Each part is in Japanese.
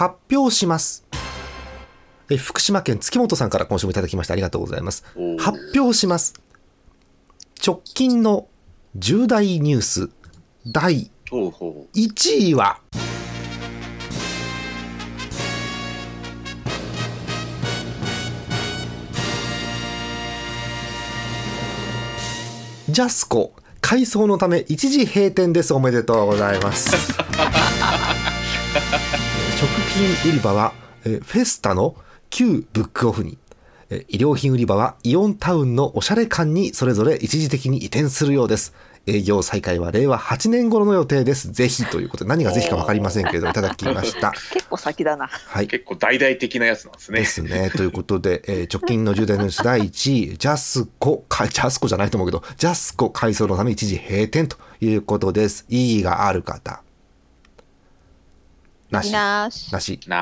発表します。福島県月本さんから今週もいただきましてありがとうございます。発表します。直近の重大ニュース第1位はジャスコ改装のため一時閉店です。おめでとうございます食品売り場はフェスタの旧ブックオフに、衣料品売り場はイオンタウンのおしゃれ館にそれぞれ一時的に移転するようです。営業再開は令和8年頃の予定です。ぜひということで、何がぜひか分かりませんけれどいただきました。 結構先だな、 はい、 結構大々的なやつなんですね。 ですね。ということで、直近の重大ニュース第1位ジャスコじゃないと思うけどジャスコ改装のため一時閉店ということです。異議がある方なしなし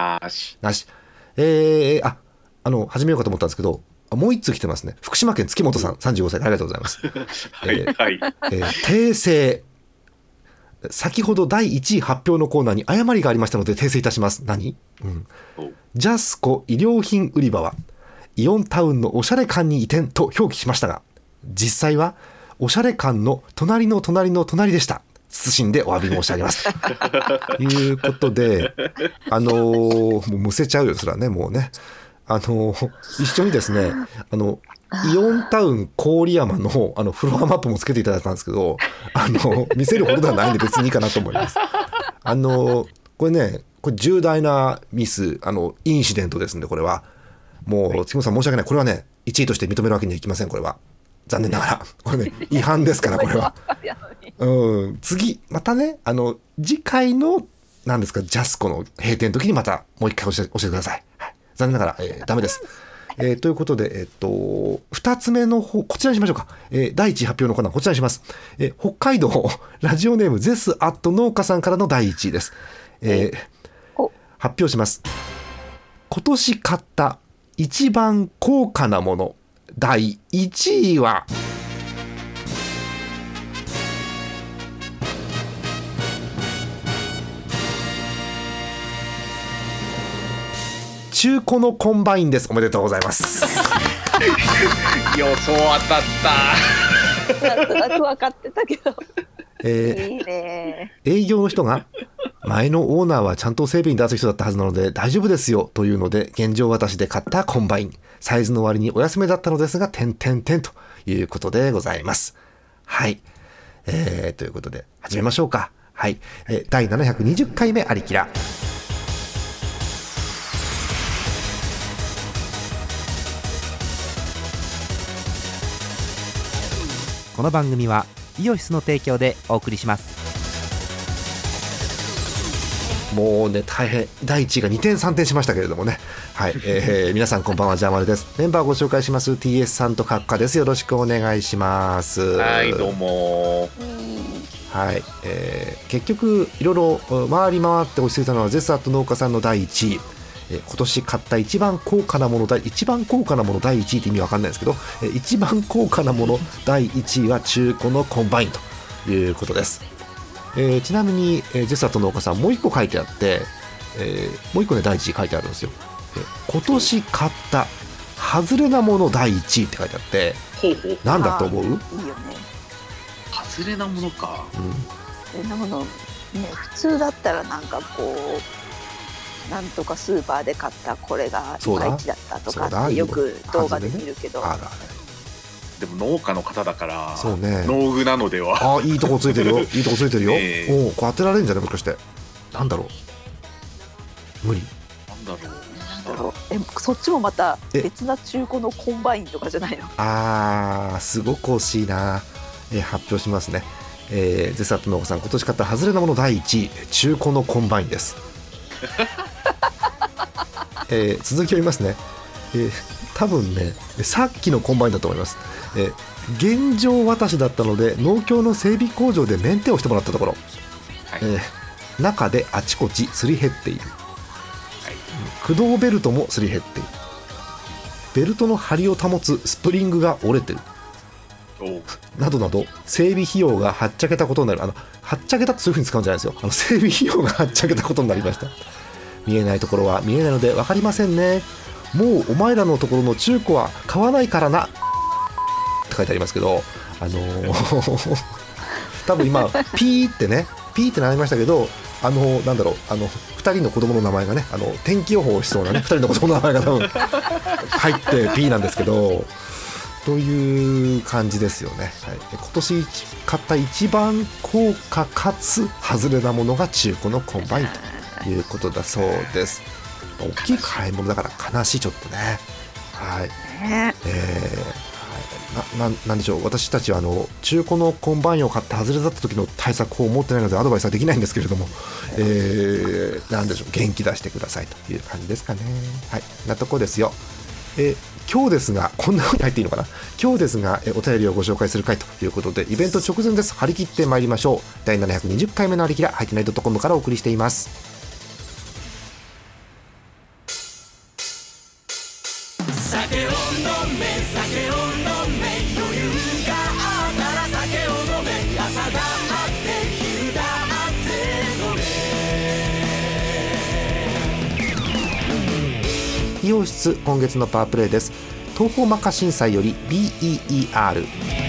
始めようかと思ったんですけど、もう一通来てますね。福島県月本さん35歳ありがとうございます。訂正。先ほど第1位発表のコーナーに誤りがありましたので訂正いたします。何？ジャスコ衣料品売り場はイオンタウンのおしゃれ館に移転と表記しましたが、実際はおしゃれ館の隣の隣の隣でした。謹んでお詫び申し上げますということで、もうむせちゃうよそれはね。もうね一緒にですねイオンタウン郡山のフロアマップもつけていただいたんですけど見せるほどではないんで別にいいかなと思います。これ重大なミスインシデントですんで、これはもう月本さん申し訳ない。これはね1位として認めるわけにはいきません。これは残念ながらこれね違反ですからこれは次またね次回の何ですかジャスコの閉店の時にまたもう一回教えてください。残念ながら、ダメです。ということで、2つ目の方、こちらにしましょうか。第1位発表のコーナー、こちらにします。北海道、ラジオネームゼスアット農家さんからの第1位です。発表します。今年買った一番高価なもの、第1位は、中古のコンバインです。おめでとうございます予想当たったなんとなく分かってたけどいいね。営業の人が前のオーナーはちゃんと整備に出す人だったはずなので大丈夫ですよというので、現状私で買ったコンバインサイズの割にお安めだったのですがということでございます。はい、ということで始めましょうか。はい、第720回目アリキラ。 この番組はイオシスの提供でお送りします。 もうね大変第1位が2点3点しましたけれどもね。はい、皆さんこんばんは、ジャーマルです。メンバーご紹介します。 TS さんとカッカです。よろしくお願いします。 はいどうも。 はい、結局いろいろ回り回って落ち着いたのはゼスアット農家さんの第1位。今年買った一番高価なもの第1位って意味わかんないですけど、一番高価なもの第1位は中古のコンバインということです。ちなみに、ゼスアット農家さんもう一個書いてあって、もう一個ね第1位書いてあるんですよ。今年買った外れなもの第1位って書いてあって、なんだと思う？いいよね。 外れなものか。 外れなものね、普通だったらなんかこうなんとかスーパーで買ったこれがいまいちだったとかってよく動画で見るけど、 でも農家の方だからそう、ね、 農具なのでは。 いいとこついてるよいいとこついてるよ、おこれ当てられるんじゃないもしかして。なんだろう、無理。 なんだろう、そっちもまた別な中古のコンバインとかじゃないの？ すごく惜しいな。発表しますね。ゼスアット農家さん、今年買った外れなもの第1位中古のコンバインです。続きを読みますね。多分ねさっきのコンバインだと思います。現状私だったので農協の整備工場でメンテをしてもらったところ、中であちこちすり減っている、駆動ベルトもすり減っている、ベルトの張りを保つスプリングが折れているなどなど、整備費用がはっちゃけたことになる。はっちゃけたってそういう風に使うんじゃないですよ。整備費用がはっちゃけたことになりました。 見えないところは見えないので分かりませんね。もうお前らのところの中古は買わないからなって書いてありますけど、多分今ピーってね、ピーってなりましたけど、なんだろう、2人の子供の名前がね、天気予報をしそうなね2人の子供の名前が多分入ってピーなんですけど、という感じですよね。はい、今年買った一番高価かつ外れなものが中古のコンバインということだそうです。大きい買い物だから悲しい、ちょっとね。はい。なんでしょう、私たちは中古のコンバインを買って外れだった時の対策を持ってないのでアドバイスはできないんですけれども、なんでしょう、元気出してくださいという感じですかね。はい、なとこですよ。今日ですが、こんな風に入っていいのかな。今日ですが、お便りをご紹介する回ということで、イベント直前です。張り切ってまいりましょう。第720回目のありきら、ハイテナイト.com からお送りしています。酒を飲め、酒を飲め、余裕があったら酒を飲め、朝だって昼だって飲め。イオシス今月のパワープレイです。東方マカ震災より BEER。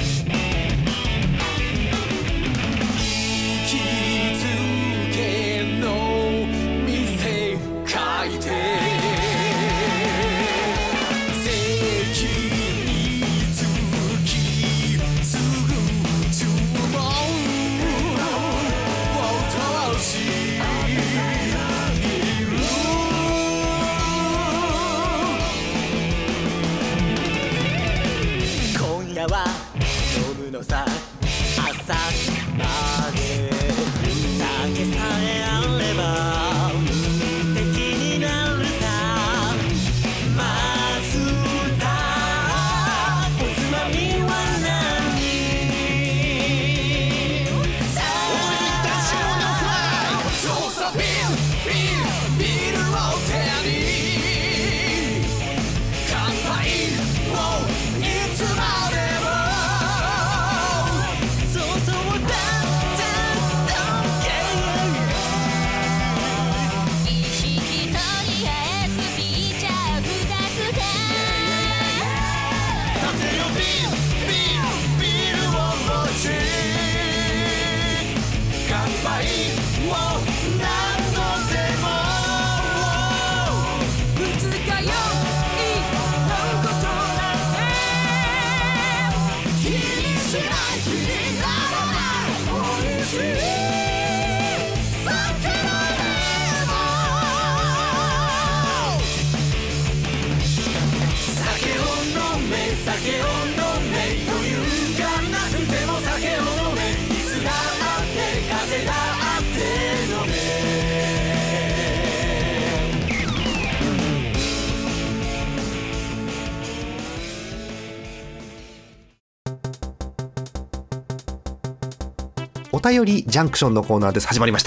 お便りジャンクションのコーナーです。始まりました。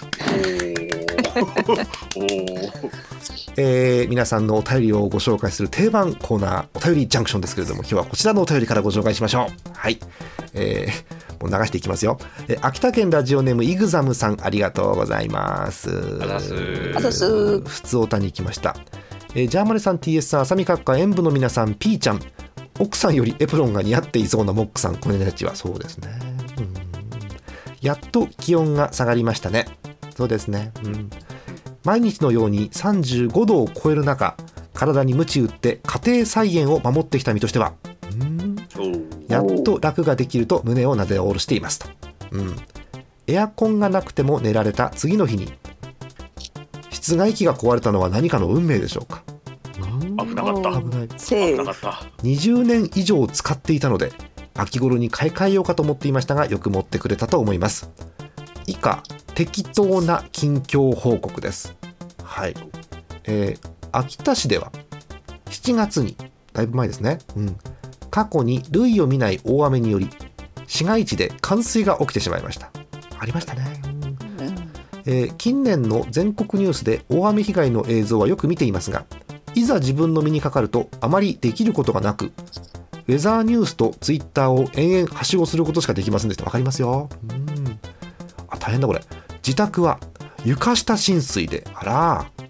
皆さんのお便りをご紹介する定番コーナー、お便りジャンクションですけれども、今日はこちらのお便りからご紹介しましょう。はい、もう流していきますよ。秋田県ラジオネームイグザムさん、ありがとうございます。普通おたに行きました。ジャーマネさん、 TS さん、浅見閣下、演舞の皆さん、 P ちゃん、奥さんよりエプロンが似合っていそうなモックさん、これたちはそうですね。やっと気温が下がりましたね。そうですね、毎日のように35度を超える中、体に鞭打って家庭菜園を守ってきた身としては、やっと楽ができると胸をなで下ろしていますと。エアコンがなくても寝られた次の日に室外機が壊れたのは何かの運命でしょうか。 危なかった。 危なかった。 20年以上使っていたので秋頃に買い替えようかと思っていましたが、よく持ってくれたと思います。以下適当な近況報告です。はい、秋田市では7月に、だいぶ前ですね、過去に類を見ない大雨により市街地で冠水が起きてしまいました。ありましたね。近年の全国ニュースで大雨被害の映像はよく見ていますが、いざ自分の身にかかるとあまりできることがなく、ウェザーニュースとツイッターを延々はしごすることしかできませんでした。わかりますよ。大変だこれ。自宅は床下浸水で、あら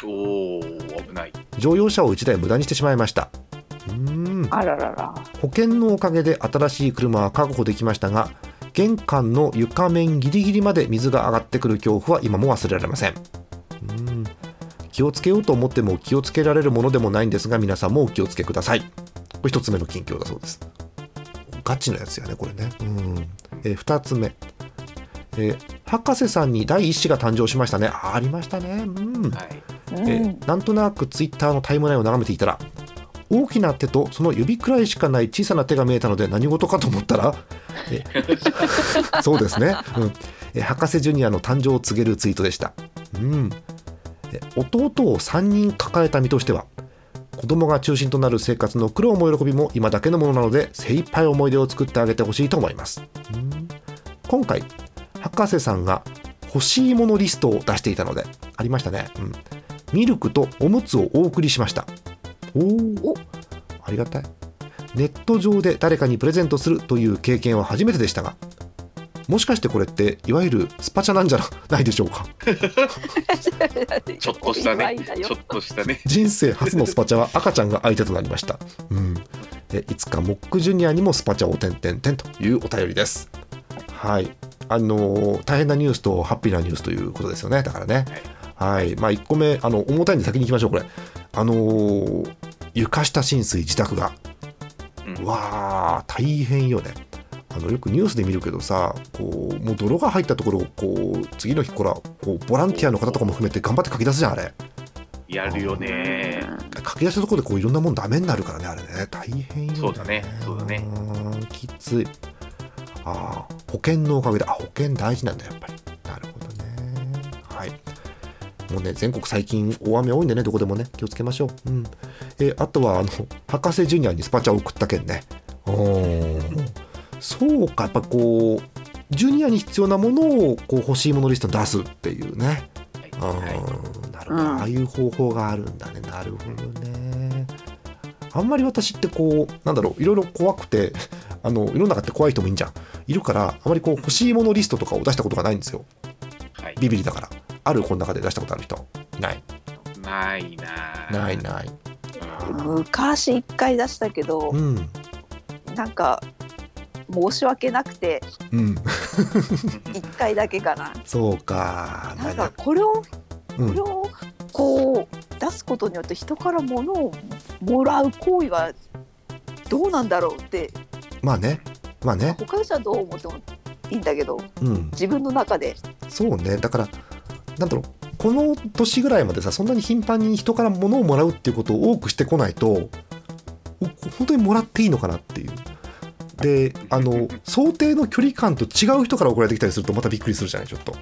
おー、危ない。 乗用車を1台無駄にしてしまいました。 あららら。 保険のおかげで新しい車は確保できましたが、玄関の床面ギリギリまで水が上がってくる恐怖は今も忘れられません。気をつけようと思っても気をつけられるものでもないんですが、皆さんもお気をつけください。これ1つ目の近況だそうです。ガチのやつやねこれね。2つ目、博士さんに第1子が誕生しましたね。ありましたね。なんとなくツイッターのタイムラインを眺めていたら、大きな手とその指くらいしかない小さな手が見えたので何事かと思ったらそうですね、博士ジュニアの誕生を告げるツイートでした。弟を3人抱えた身としては、子供が中心となる生活の苦労も喜びも今だけのものなので、精一杯思い出を作ってあげてほしいと思います。今回博士さんが欲しいものリストを出していたので、ありましたね、ミルクとおむつをお送りしました。お、ありがたい。ネット上で誰かにプレゼントするという経験は初めてでしたが、もしかしてこれっていわゆるスパチャなんじゃないでしょうか。 ちょっとしたね、ちょっとしたね。 人生初のスパチャは赤ちゃんが相手となりました。いつかモックジュニアにもスパチャをというお便りです。はい、大変なニュースとハッピーなニュースということですよね。だからね、1個目重たいんで先に行きましょう。これ床下浸水自宅が、わー大変よね。よくニュースで見るけどさ、こうもう泥が入ったところをこう次の日からこうボランティアの方とかも含めて頑張って書き出すじゃん。あれやるよね。 書き出したところでこういろんなもんダメになるからね。あれね大変よね。 そうだね。 きつい。保険のおかげで、保険大事なんだやっぱり。なるほどね。はい。もうね全国最近大雨多いんでね、どこでもね気をつけましょう。あとは博士ジュニアにスパチャを送った件ね。そうか、やっぱこうジュニアに必要なものをこう欲しいものリストに出すっていうね。なるほど、ああいう方法があるんだね。なるほどね。あんまり私ってこうなんだろう、いろいろ怖くて世の中って怖い人もいいんじゃん、いるから、あまりこう欲しいものリストとかを出したことがないんですよ。ビビりだから。あるこの中で出したことある人いない？ ないない。 昔一回出したけど、なんか申し訳なくて一回だけかな。 そうか。 なんかこれをこう出すことによって人から物をもらう行為はどうなんだろうって。まあね他の人はどう思ってもいいんだけど、自分の中でそうね。だからなんだろう、この年ぐらいまでさ、そんなに頻繁に人から物をもらうっていうことを多くしてこないと本当にもらっていいのかなっていう。で想定の距離感と違う人から送られてきたりするとまたびっくりするじゃない、ちょっと。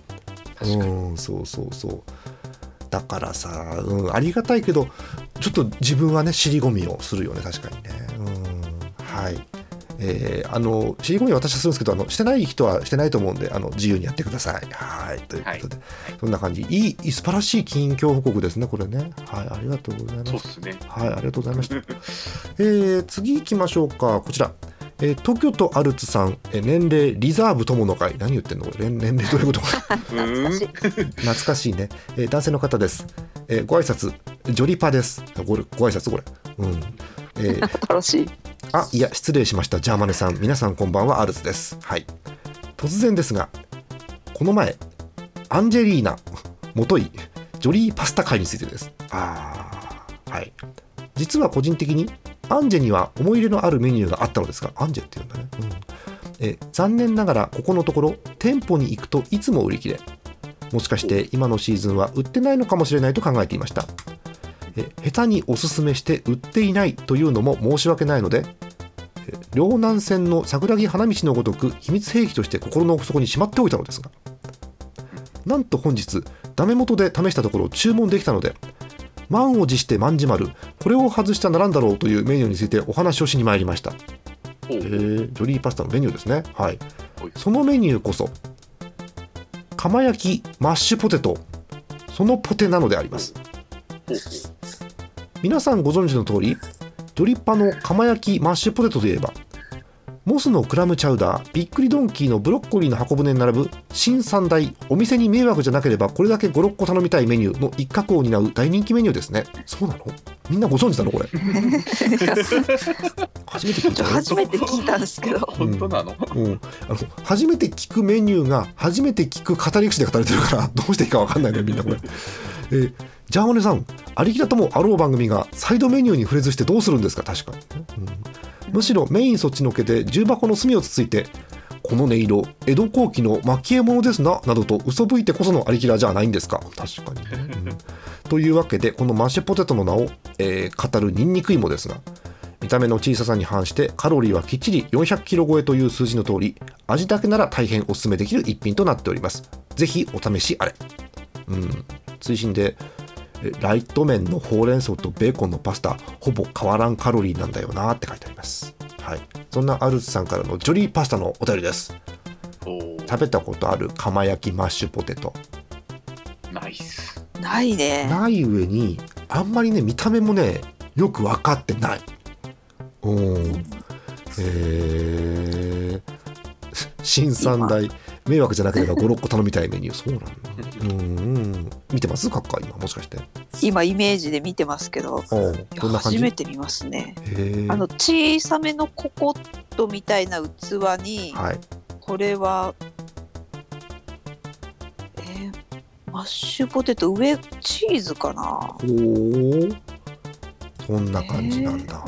そうだからさ、ありがたいけどちょっと自分はね尻込みをするよね。確かにね。はい。尻込みは私はするんですけど、してない人はしてないと思うんで自由にやってください。はい、ということで、そんな感じ。いい素晴らしい近況報告ですねこれね。はい、ありがとうございます。 そうですね。 はい、ありがとうございました次行きましょうか。こちら、東京都アルツさん、年齢リザーブ友の会。何言ってんの年齢どういうこと懐かしいね。男性の方です。ご挨拶ジョリパです。ご挨拶これ。 楽しい。 いや失礼しました。ジャーマネさん、皆さんこんばんは、アルツです。はい、突然ですが、この前アンジェリーナ元井ジョリーパスタ会についてです。はい、実は個人的にアンジェには思い入れのあるメニューがあったのですが、アンジェって言うんだね。残念ながらここのところ店舗に行くといつも売り切れ。もしかして今のシーズンは売ってないのかもしれないと考えていました。下手におすすめして売っていないというのも申し訳ないので、両南線の桜木花道のごとく秘密兵器として心の奥底にしまっておいたのですが、なんと本日ダメ元で試したところ注文できたので、満を持して万事丸、これを外しちゃならんだろうというメニューについてお話をしに参りました。ジョリーパスタのメニューですね。はい、そのメニューこそ釜焼きマッシュポテト、そのポテなのであります。皆さんご存知の通り、ジョリパの釜焼きマッシュポテトといえばモスのクラムチャウダー、びっくりドンキーのブロッコリーの箱舟に並ぶ新三大、お店に迷惑じゃなければこれだけ 5,6 個頼みたいメニューの一角を担う大人気メニューですね。そうなの？みんなご存知なのこれ？初めて聞いた。 初めて聞いたんですけど、 本当なの？ 初めて聞くメニューが初めて聞く語り口で語れてるからどうしていいか分かんないねみんなこれ。ジャーマネさん、ありきだともあろう番組がサイドメニューに触れずしてどうするんですか？確かに、むしろメインそっちのけで重箱の隅をつついて、この音色江戸後期の蒔絵物ですななどと嘘吹いてこそのありきらじゃないんですか？確かに、というわけでこのマッシュポテトの名を、語るニンニク芋ですが、見た目の小ささに反してカロリーはきっちり400キロ超えという数字の通り、味だけなら大変おすすめできる一品となっております。ぜひお試しあれ。追伸でライト麺のほうれん草とベーコンのパスタほぼ変わらんカロリーなんだよなって書いてあります。はい、そんなアルツさんからのジョリーパスタのお便りです。食べたことある釜焼きマッシュポテト？ ないっす。 ないね。 ない上にあんまりね見た目もねよく分かってない。新三大迷惑じゃなければ 5,6 個頼みたいメニュー。そうなんだ。見てますかっか今もしかして？ 今イメージで見てますけど、 どんな感じ？ 初めて見ますね。小さめのココットみたいな器に、はい、これは、マッシュポテト上チーズかな。 そんな感じなんだ。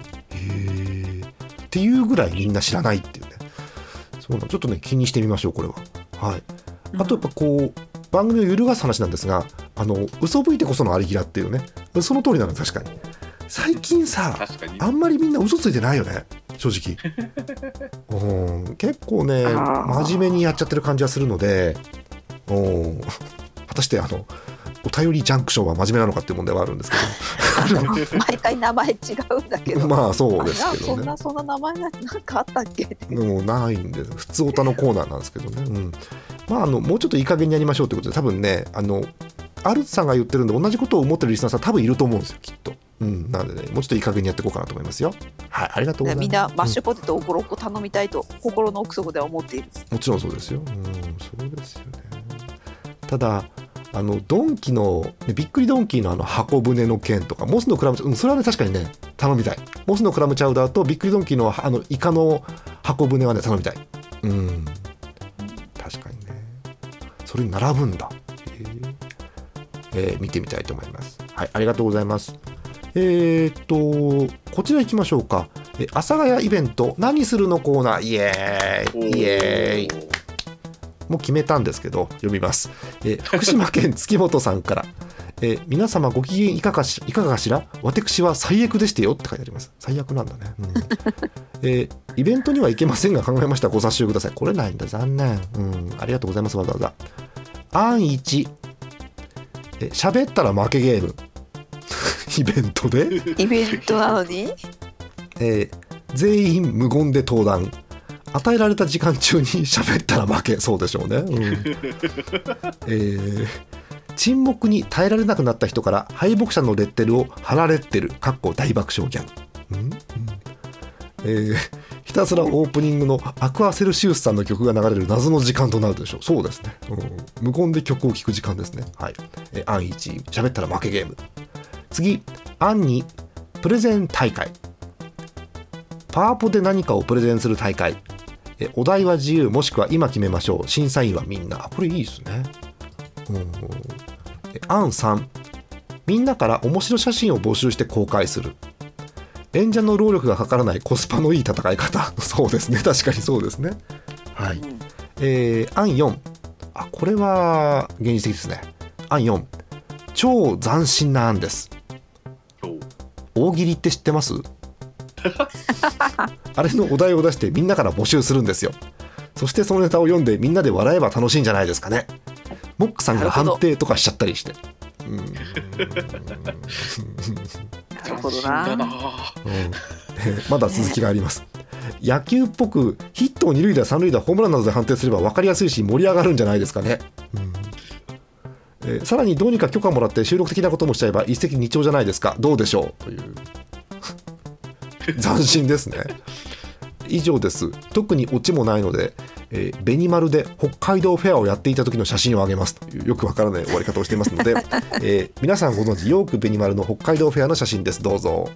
っていうぐらいみんな知らないっていうね。そうな、ちょっとね気にしてみましょうこれは。はい。あとやっぱこう番組を揺るがす話なんですが、嘘吹いてこそのありきらっていうね、その通りなの。確かに最近さあんまりみんな嘘ついてないよね正直。結構ね真面目にやっちゃってる感じはするので、果たしてお便りジャンクションは真面目なのかっていう問題はあるんですけど毎回名前違うんだけどまあそうですけどね。 そんな名前なんかあったっけ？ もうないんです。普通オタのコーナーなんですけどね。もうちょっといい加減にやりましょうということで、多分ねアルツさんが言ってるんで同じことを思ってるリスナーさん多分いると思うんですよきっと。なのでねもうちょっといい加減にやっていこうかなと思いますよ。はい、ありがとうございます。 みんなマッシュポテトを 5,6 個頼みたいと心の奥底では思っている。 もちろんそうですよ。そうですよね。ただドンキのびっくりドンキーの箱舟の件とかモスのクラムチャウダー、それはね確かにね頼みたい。モスのクラムチャウダーとびっくりドンキーのイカの箱舟はね頼みたい。確かにねそれに並ぶんだ。見てみたいと思います。はい、ありがとうございます。こちら行きましょうか。阿佐ヶ谷イベント何するのコーナー。イエーイイエーイ。もう決めたんですけど読みます。福島県月本さんから、皆様ご機嫌いかがかしら。私は最悪でしてよって書いてあります。最悪なんだね。イベントには行けませんが考えました。ご察しください。これないんだ、残念。ありがとうございます。わざわざ案1、喋ったら負けゲームイベントでイベントなのに、 全員無言で登壇。与えられた時間中に喋ったら負け。そうでしょうね。沈黙に耐えられなくなった人から敗北者のレッテルを貼られてる大爆笑ギャグ。ひたすらオープニングのアクアセルシウスさんの曲が流れる謎の時間となるでしょう。そうですね。無言で曲を聴く時間ですね。はい。案1、喋ったら負けゲーム。次、案2、プレゼン大会。パワポで何かをプレゼンする大会。お題は自由もしくは今決めましょう。審査員はみんな。これいいですね。案3、みんなから面白写真を募集して公開する。演者の労力がかからないコスパのいい戦い方。そうですね、確かにそうですね。はい。案4、これは現実的ですね。案4、超斬新な案です。大喜利って知ってます？あれのお題を出してみんなから募集するんですよ。そしてそのネタを読んでみんなで笑えば楽しいんじゃないですかね。モックさんが判定とかしちゃったりして。 なるほどな。 まだ続きがあります。野球っぽくヒットを2塁打3塁打ホームランなどで判定すれば分かりやすいし盛り上がるんじゃないですかね。さらにどうにか許可もらって収録的なこともしちゃえば一石二鳥じゃないですか。どうでしょうという斬新ですね。 以上です。特にオチもないので、ベニマルで北海道フェアをやっていた時の写真をあげますというよくわからない終わり方をしていますので、皆さんご存知ヨークベニマルの北海道フェアの写真です。どうぞ。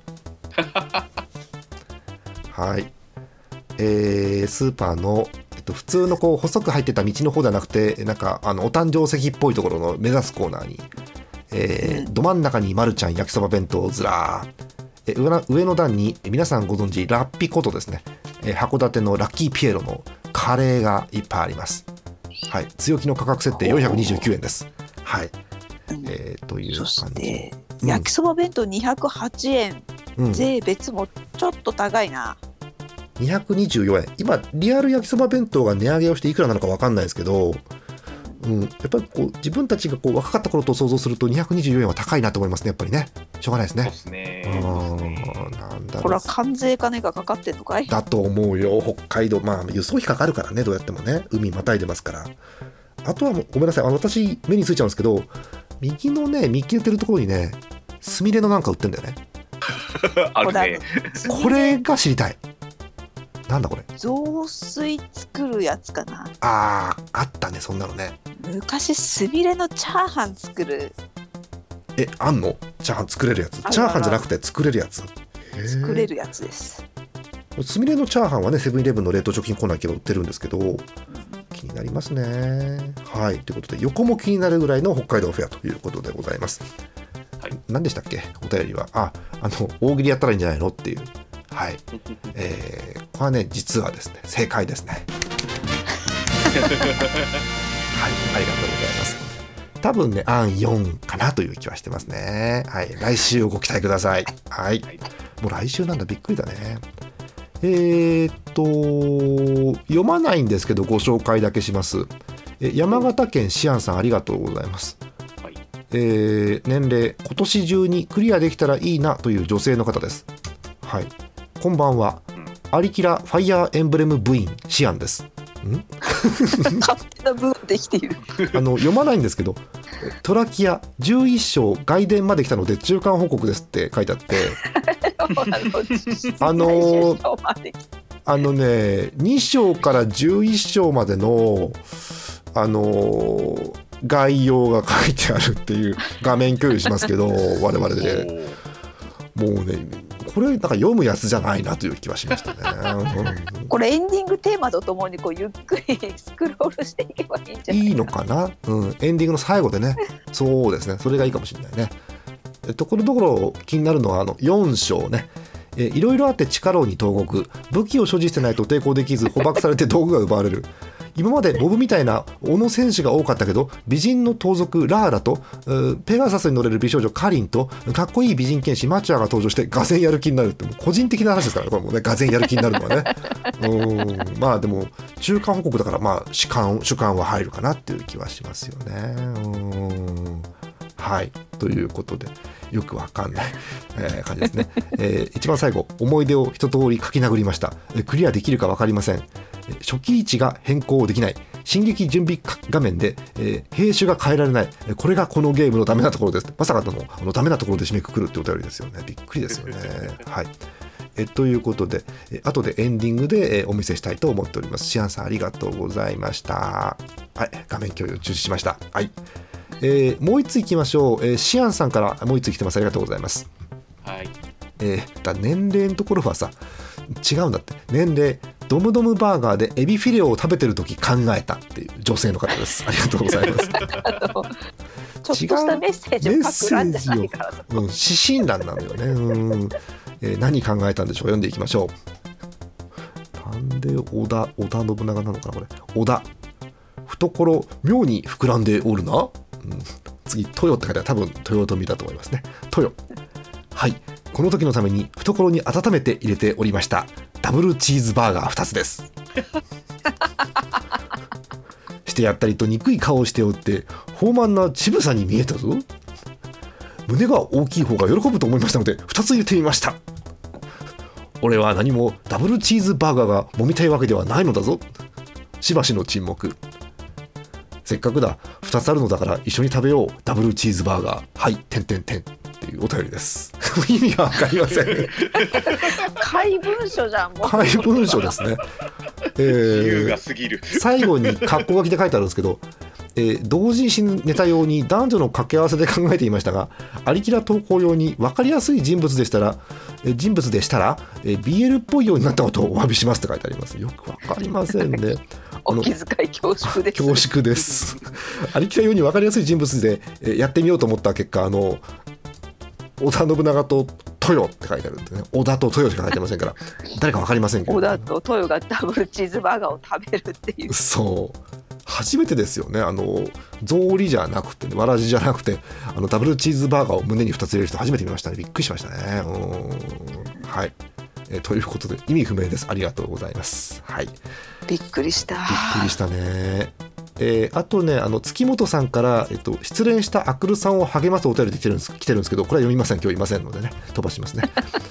はい、スーパーの、普通のこう細く入ってた道の方ではなくて、なんかお誕生石っぽいところの目指すコーナーに、ど真ん中にマルちゃん焼きそば弁当ずらー、上の段に皆さんご存知ラッピことですね、函館のラッキーピエロのカレーがいっぱいあります。はい、強気の価格設定429円です。はい、という感じ。そして焼きそば弁当208円、税別もちょっと高いな。 224円。今リアル焼きそば弁当が値上げをしていくらなのか分かんないですけど、やっぱりこう自分たちがこう若かった頃と想像すると224円は高いなと思いますね。やっぱりね、しょうがないですね。そうですね。 なんだろう、これは関税かねがかかってんのかい。 だと思うよ。北海道、輸送費かかるからね、どうやってもね、海またいでますから。あとはごめんなさい、私目についちゃうんですけど、右のね見切れてるところにねスミレのなんか売ってんだよね。 あるね。 これが知りたい。なんだこれ。 雑炊作るやつかな。 あったね、そんなのね。 昔スミレのチャーハン作る。 あんのチャーハン作れるやつ。チャーハンじゃなくて作れるやつ。 作れるやつです。 スミレのチャーハンはね、セブンイレブンの冷凍食品コーナーけど売ってるんですけど、気になりますね。はい、ということで横も気になるぐらいの北海道フェアということでございます。はい、何でしたっけお便りは。大喜利やったらいいんじゃないのっていう。はい、これはね実はですね正解ですね。はい、ありがとうございます。多分ね案4かなという気はしてますね。はい、来週ご期待ください。はい、もう来週なんだ、びっくりだね。読まないんですけどご紹介だけします。山形県シアンさん、ありがとうございます。はい、年齢今年中にクリアできたらいいなという女性の方です。はい、こんばんは。アリキラファイヤーエンブレム部員シアンです。 勝手な部分できている。 読まないんですけど、トラキア11章外伝まで来たので中間報告ですって書いてあって2章から11章までの概要が書いてあるっていう画面共有しますけど我々でもうねこれなんか読むやつじゃないなという気はしましたね。 これエンディングテーマとともにこうゆっくりスクロールしていけばいいんじゃないいいのかな、エンディングの最後でねそうですね、それがいいかもしれないね。ところどころ気になるのは4章ね。いろいろあって地下牢に投獄、武器を所持してないと抵抗できず捕獲されて道具が奪われる。今までボブみたいな斧戦士が多かったけど、美人の盗賊ラーラとペガサスに乗れる美少女カリンとかっこいい美人剣士マチュアが登場してがぜんやる気になるって、もう個人的な話ですからね、これもね、がぜんやる気になるのはねでも中間報告だから主観は入るかなっていう気はしますよね。はい、ということでよくわかんない、感じですね。一番最後、思い出を一通り書き殴りました。クリアできるか分かりません。初期位置が変更できない、進撃準備画面で、兵種が変えられない、これがこのゲームのダメなところです。まさかのダメなところで締めくくるってお便りですよね。びっくりですよね。はい、ということで、後でエンディングで、お見せしたいと思っております。シアンさん、ありがとうございました。はい、画面共有中止しました。はい、もう一ついきましょう。シアンさんからもう一つ来てます。ありがとうございます。はい、年齢のところはさ違うんだって。年齢ドムドムバーガーでエビフィレオを食べてる時考えたっていう女性の方です。ありがとうございます。 ちょっとしたメッセージを書く欄じゃないから、 指針欄なのよね。何考えたんでしょう。読んでいきましょう。なんで織田信長なのかなこれ。織田懐妙に膨らんでおるな、次豊って書いてある。多分豊臣だと思いますね。豊、はい、この時のために懐に温めて入れておりましたダブルチーズバーガー2つですしてやったりと憎い顔をしておって豊満な乳房に見えたぞ。胸が大きい方が喜ぶと思いましたので2つ入れてみました。俺は何もダブルチーズバーガーが揉みたいわけではないのだぞ。しばしの沈黙。せっかくだ2つあるのだから一緒に食べよう。ダブルチーズバーガー、はい、点っていういうお便りです。意味がわかりません。 怪文書じゃん。もう怪文書ですね。 優雅すぎる。 最後に括弧書きで書いてあるんですけど、同人誌ネタ用に男女の掛け合わせで考えていましたが、アリキラ投稿用に分かりやすい人物でしたら、BL っぽいようになったことをお詫びしますって書いてあります。よく分かりませんね。 お気遣い恐縮です。 恐縮です。アリキラ用に分かりやすい人物でやってみようと思った結果、織田信長と豊って書いてあるんでね、織田と豊しか書いてませんから誰か分かりませんけど、 織田と豊がダブルチーズバーガーを食べるっていう。 そう初めてですよね。草履じゃなくて、ね、わらじじゃなくてダブルチーズバーガーを胸に2つ入れる人初めて見ましたね。びっくりしましたね。はい、ということで意味不明です。ありがとうございます。はい、 びっくりした。 びっくりしたね。あとね、月本さんから、失恋したアクルさんを励ますお便りで来てるんですけど、これは読みません。今日いませんのでね、飛ばしますね。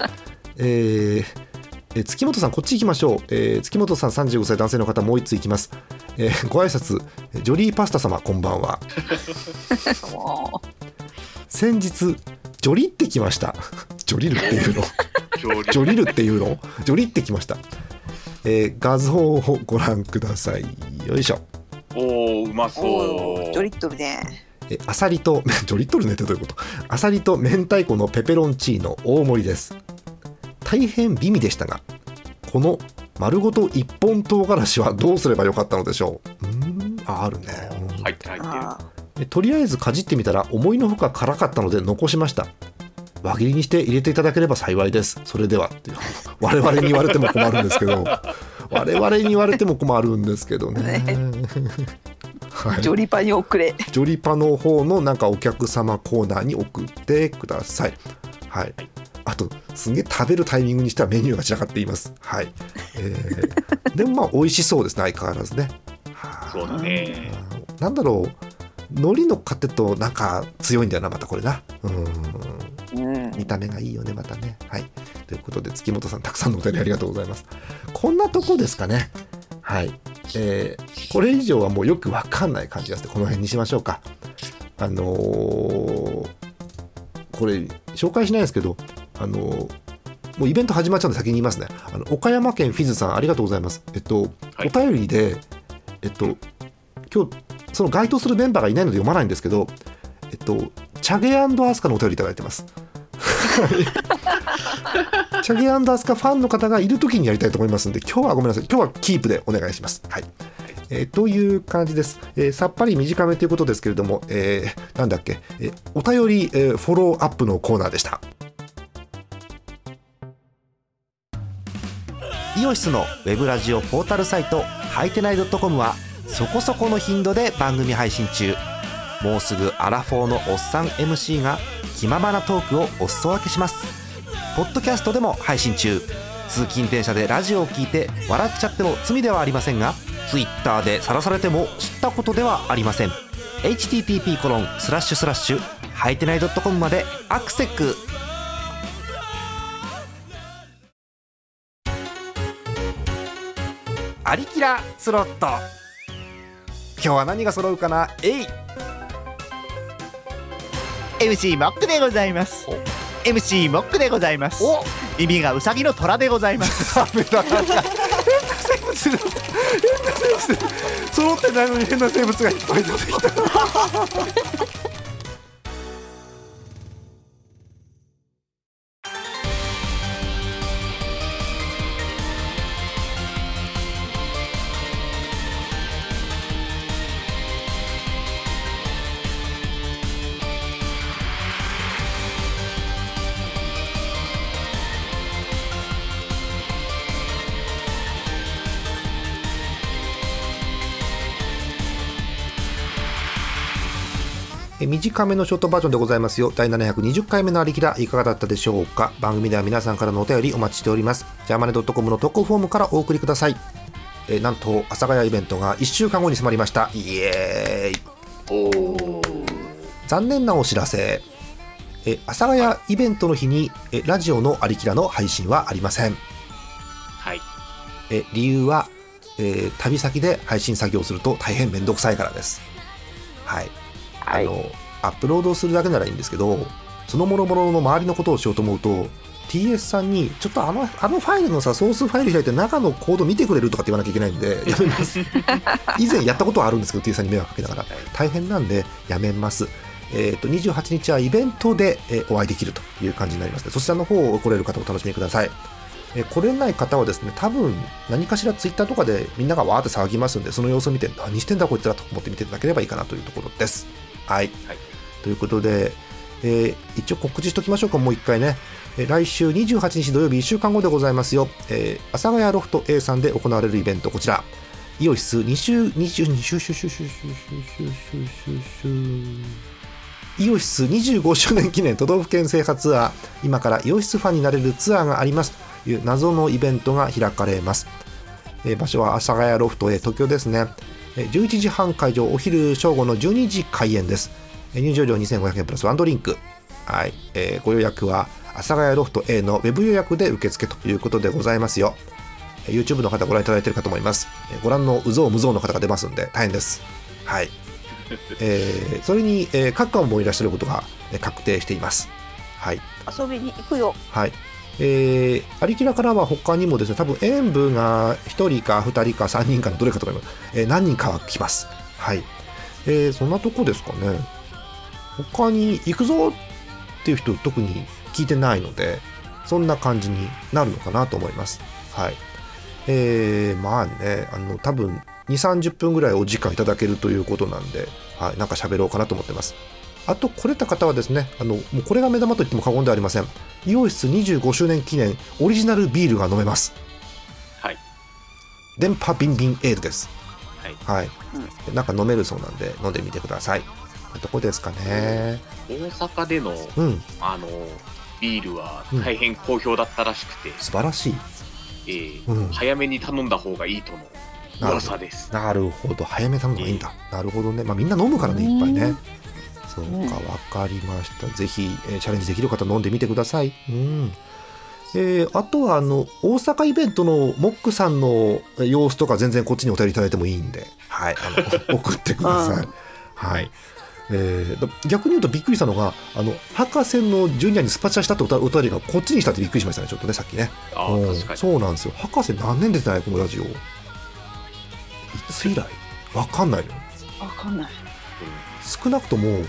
月本さんこっち行きましょう。月本さん35歳男性の方、もう1つ行きます。ご挨拶、ジョリーパスタ様こんばんは。先日ジョリってきました。ジョリルっていうのジョリルっていうのジョリってきました。画像をご覧ください。よいしょ。 おー、うまそう。 ジョリッとるね。 アサリとジョリっとるねってどういうこと。アサリと明太子のペペロンチーノ大盛りです。大変美味でしたが、この丸ごと一本唐辛子はどうすればよかったのでしょう。あるね。 入ってる。 とりあえずかじってみたら思いのほか辛かったので残しました。輪切りにして入れていただければ幸いです。それではっていう、我々に言われても困るんですけど我々に言われても困るんですけどね。はい、 ジョリパに送れ。 ジョリパの方のなんかお客様コーナーに送ってください。はい、あとすげえ食べるタイミングにしてはメニューが散らかっています。はい、でもまあ美味しそうですね、相変わらずね。 そうだね。 なんだろう、海苔の糧となんか強いんだよな、またこれな。見た目がいいよね、またね。はい、ということで月本さんたくさんのお便りありがとうございます。こんなとこですかね。はい、これ以上はもうよくわかんない感じがしてこの辺にしましょうか。これ紹介しないですけど、もうイベント始まっちゃうんで先に言いますね。岡山県フィズさんありがとうございます。お便りで今日その該当するメンバーがいないので読まないんですけど、チャゲ&アスカのお便りいただいてます。チャゲ&アスカファンの方がいる時にやりたいと思いますので、今日はごめんなさい、今日はキープでお願いします。はい、という感じです。さっぱり短めということですけれども、なんだっけ、お便り、フォローアップのコーナーでした。 イオシスのウェブラジオポータルサイトはいてない .com はそこそこの頻度で番組配信中。もうすぐアラフォーのおっさん MC が気ままなトークをお裾分けします。ポッドキャストでも配信中。通勤電車でラジオを聞いて笑っちゃっても罪ではありませんが、ツイッターで晒されても知ったことではありません。 http:// はいてない .com までアクセック。アリキラスロット、今日は何が揃うかな。 MC モックでございます。MC モックでございます。耳がウサギの虎でございます。 ダメだ、変な生物揃ってないのに変な生物がいっぱい出てきた。短めのショートバージョンでございますよ。第720回目のありきら、いかがだったでしょうか。番組では皆さんからのお便りお待ちしております。ジャーマネ .com の投稿フォームからお送りください。なんと阿佐ヶ谷イベントが1週間後に迫りました。イエーイ。残念なお知らせ、阿佐ヶ谷イベントの日にラジオのありきらの配信はありません。 はい。 理由は、旅先で配信作業すると大変めんどくさいからです。はい。アップロードするだけならいいんですけど、 その諸々の周りのことをしようと思うと TS さんにちょっとあのファイルのさソースファイル開いて中のコード見てくれるとかって言わなきゃいけないんでやめます以前やったことはあるんですけど TS さんに迷惑かけながら大変なんでやめます。28日はイベントでお会いできるという感じになりますので、そちらの方を来れる方お楽しみください。来れない方はですね、多分何かしらツイッターとかでみんながわーって騒ぎますんで、その様子を見て何してんだこいつらと思って見ていただければいいかなというところです。はい、はい、ということで、一応告知しておきましょうか。もう一回ね、来週28日土曜日1週間後でございますよ。阿佐ヶ谷ロフト A さんで行われるイベント、こちらイオシスイオシス25周年記念都道府県制覇ツアー、今からイオシスファンになれるツアーがありますという謎のイベントが開かれます。場所は阿佐ヶ谷ロフト A 東京ですね。11時半会場、お昼正午の12時開演です。入場料2500円プラスワンドリンク。はい、ご予約は阿佐ヶ谷ロフト A のウェブ予約で受付ということでございますよ。YouTube の方ご覧いただいているかと思います。ご覧のうぞうむぞうの方が出ますんで大変です。はい。それに、各館もいらっしゃることが確定しています。はい。 遊びに行くよ。 はい。有木らからは他にもですね、多分演舞が1人か2人か3人かのどれかと思います。何人かは来ます。はい。そんなとこですかね。他に行くぞっていう人特に聞いてないので、そんな感じになるのかなと思います。はい。まあね、多分2、30分ぐらいお時間いただけるということなんで、はい、なんか喋ろうかなと思ってます。あと来れた方はですね、もうこれが目玉と言っても過言ではありません。イオシス25周年記念オリジナルビールが飲めます。はい。電波ビンビンエールです。はい。はい。なんか飲めるそうなんで飲んでみてください。どこですかね。 大阪での、ビールは大変好評だったらしくて、 素晴らしい。 早めに頼んだ方がいいとの噂です。 なるほど、早めに頼んだ方がいいんだ。なるほどね。まあみんな飲むからね、いっぱいね。そうか、わかりました。ぜひ、チャレンジできる方飲んでみてください。あとは大阪イベントのモックさんの様子とか全然こっちにお便りいただいてもいいんで、はい、送ってください。はい。逆に言うとびっくりしたのが博士のジュニアにスパチャしたってお便りがこっちにしたってびっくりしましたね。ちょっとね、さっきね。確かにそうなんですよ。博士何年出てないこのラジオ。いつ以来わかんないのよ。 わかんない。 少なくとも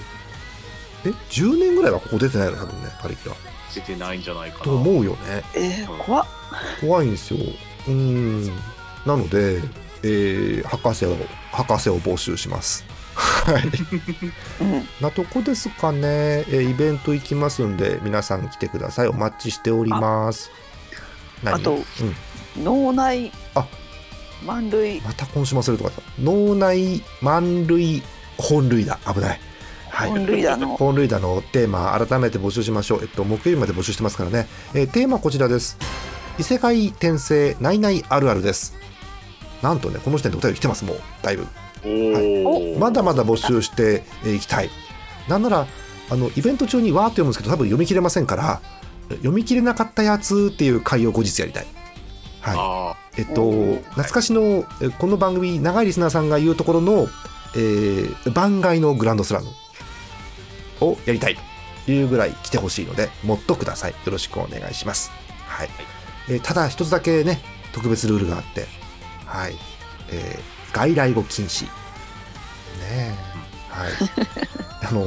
10年ぐらいはここ出てないの多分ね。パリキは出てないんじゃないかなと思うよね。怖いんですよ。なので、博士を募集します。はい。なとこですかね。イベント行きますんで皆さん来てください。お待ちしております。 あと、脳内満塁、 また今週も忘れるとか。脳内満塁本塁打、危ない。はい、本塁打のテーマ改めて募集しましょう。木曜日まで募集してますからね。テーマこちらです。異世界転生ないないあるあるです。なんとね、この時点でお便り来てます。もうだいぶ、はい、まだまだ募集していきたい。なんならイベント中にわーって読むんですけど多分読み切れませんから、読み切れなかったやつっていう回を後日やりたい。はい。懐かしのこの番組長いリスナーさんが言うところの、番外のグランドスラムをやりたいというぐらい来てほしいので、もっとください。よろしくお願いします。はい。ただ一つだけね、特別ルールがあって、はい。外来語禁止。ねえ。はい。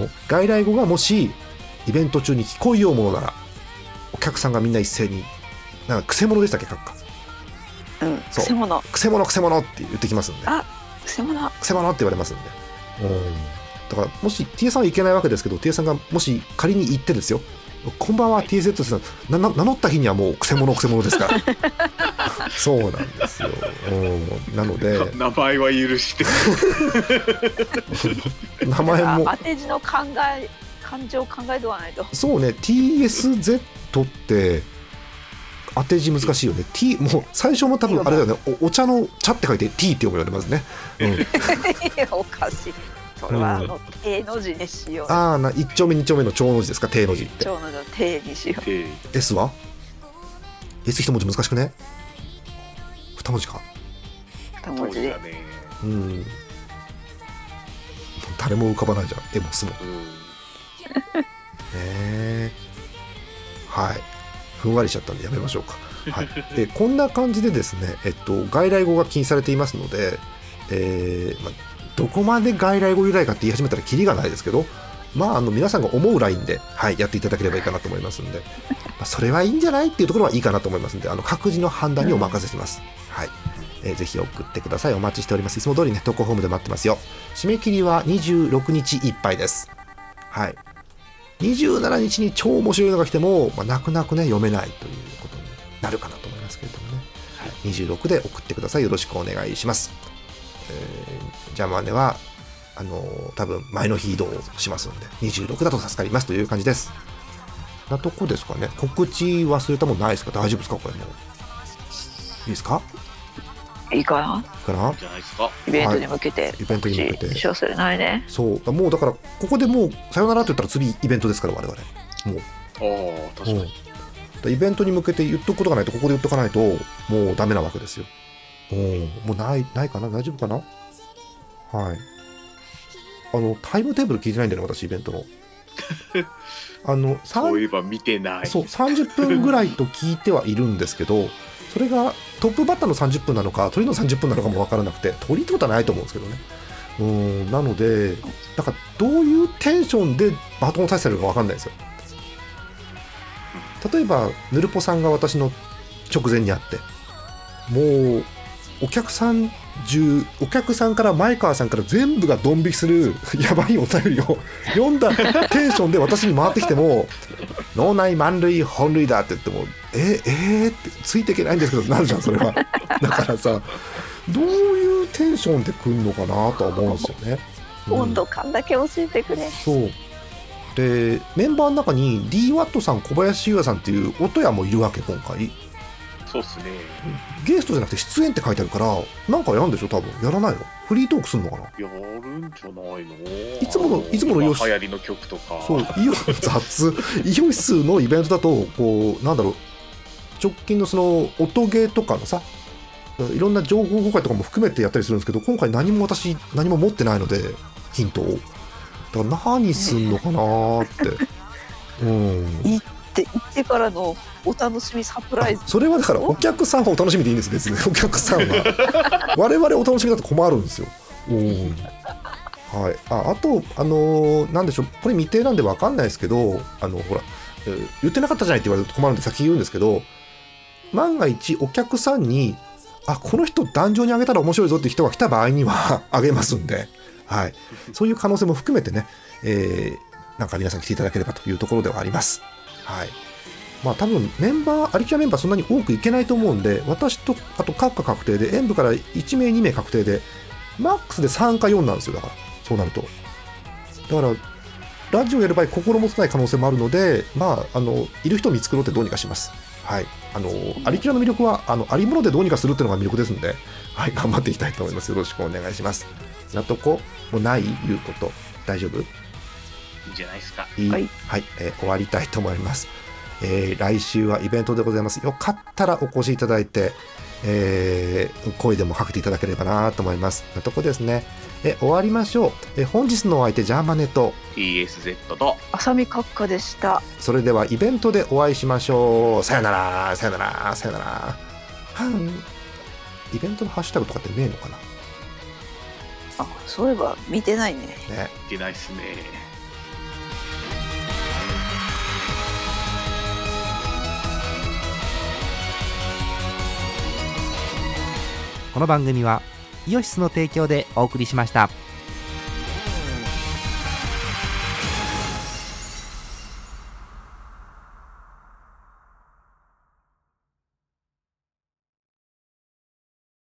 外来語がもしイベント中に聞こえようものなら、お客さんがみんな一斉に、なんかくせ者でしたっけ、閣下。 くせ者って言ってきますんで。 くせ者って言われますんで。だからもし T さんはいけないわけですけど、 T さんがもし仮に行ってですよ、こんばんは TZ さん、名乗った日にはもうくせ者ですからそうなんですよ。なので名前は許して名前も当て字の漢字を考えておかないと。 そうね、 TSZ って当て字難しいよね。T もう最初も多分あれだよね、お茶の茶って書いて T って読むよね、まずね。 おかしい。それは定の字にしよう。 1丁目2丁目の長の字ですか、定の字って。 長の字の定にしよう。 S は S 一文字難しくね。2文字か。 2文字で。 誰も浮かばないじゃん、絵もすも。 はい、ふんわりしちゃったんでやめましょうか。はい、でこんな感じでですね、外来語が禁止されていますので、どこまで外来語由来かって言い始めたらキリがないですけど、皆さんが思うラインで、やっていただければいいかなと思いますんで、それはいいんじゃないっていうところはいいかなと思いますんで、各自の判断にお任せします。はい、ぜひ送ってください。お待ちしております。いつも通りね、投稿フォームで待ってますよ。締め切りは26日いっぱいです。はい、27日に超面白いのが来ても、泣く泣くね読めないということになるかなと思いますけれどもね、はい、26で送ってください。よろしくお願いします。ジャマネは多分前の日移動しますので26だと助かりますという感じです。なとこですかね。告知忘れたもんないですか？大丈夫ですか？これもいいですか？ いいかな？ じゃないですか？ イベントに向けて、 イベントに向けて忘れないね。 そうもうだからここでもうさよならって言ったら次イベントですから、我々もう確かにイベントに向けて言っとくことがないと、ここで言っとかないともうダメなわけですよ。もうないかな？大丈夫かな？はい、タイムテーブル聞いてないんだよね、私イベントのそういえば見てない。 そう30分ぐらいと聞いてはいるんですけど、それがトップバッターの30分なのか鳥の30分なのかも分からなくて、鳥ってことはないと思うんですけどね。なのでなんかどういうテンションでバトンをタッチされるか分かんないですよ。例えばヌルポさんが私の直前にあって、もうお客さんから前川さんから全部がドン引きするやばいお便りを読んだテンションで私に回ってきても脳内満塁本塁打って言ってもってついていけないんですけどなるじゃん、それは。だからさ、どういうテンションで来るのかなとは思うんですよね。 温度感だけ教えてくれ。 そうでメンバーの中に DWAT さん、小林優也さんっていう音屋もいるわけ今回。 そうっすね。 ゲストじゃなくて出演って書いてあるから、なんかやるんでしょ多分。やらないの？フリートークするのかな？ やるんじゃないの？ いつもの流行りの曲とか。 そう、雑イオシスのイベントだとこうなんだろう、直近のその音ゲーとかのさ、いろんな情報公開とかも含めてやったりするんですけど、今回何も持ってないのでヒントを。だから何すんのかなーって。 行ってからのお楽しみサプライズ。 それはだからお客さんはお楽しみでいいんです。別にお客さんは我々お楽しみだと困るんですよ。はい、あとなんでしょう、これ未定なんで分かんないですけど、ほら、言ってなかったじゃないって言われると困るんで先言うんですけど、万が一お客さんにこの人壇上に上げたら面白いぞって人が来た場合には上げますんで、はい、そういう可能性も含めてね、なんか皆さん来ていただければというところではあります。はい、多分アリキュラメンバーそんなに多くいけないと思うんで、私とあと閣下確定で演舞から1名2名確定でマックスで3か4なんですよ。だからそうなると、だからラジオやる場合心もつない可能性もあるので、いる人を見繕ってどうにかします。はい、アリキュラの魅力はありものでどうにかするっていうのが魅力ですので、はい、頑張っていきたいと思います。よろしくお願いします。なとこもない言うこと大丈夫？いいんじゃないですか。 はい、終わりたいと思います。来週はイベントでございます。よかったらお越しいただいて、声でもかけていただければなと思います。なとこですね。終わりましょう。本日のお相手ジャーマネと TSZ と浅見閣下でした。 それではイベントでお会いしましょう。さよならさよならさよなら。イベントのハッシュタグとかってねえのかな？ そういえば見てないね。 見てないっすね。 この番組はイオシスの提供でお送りしました。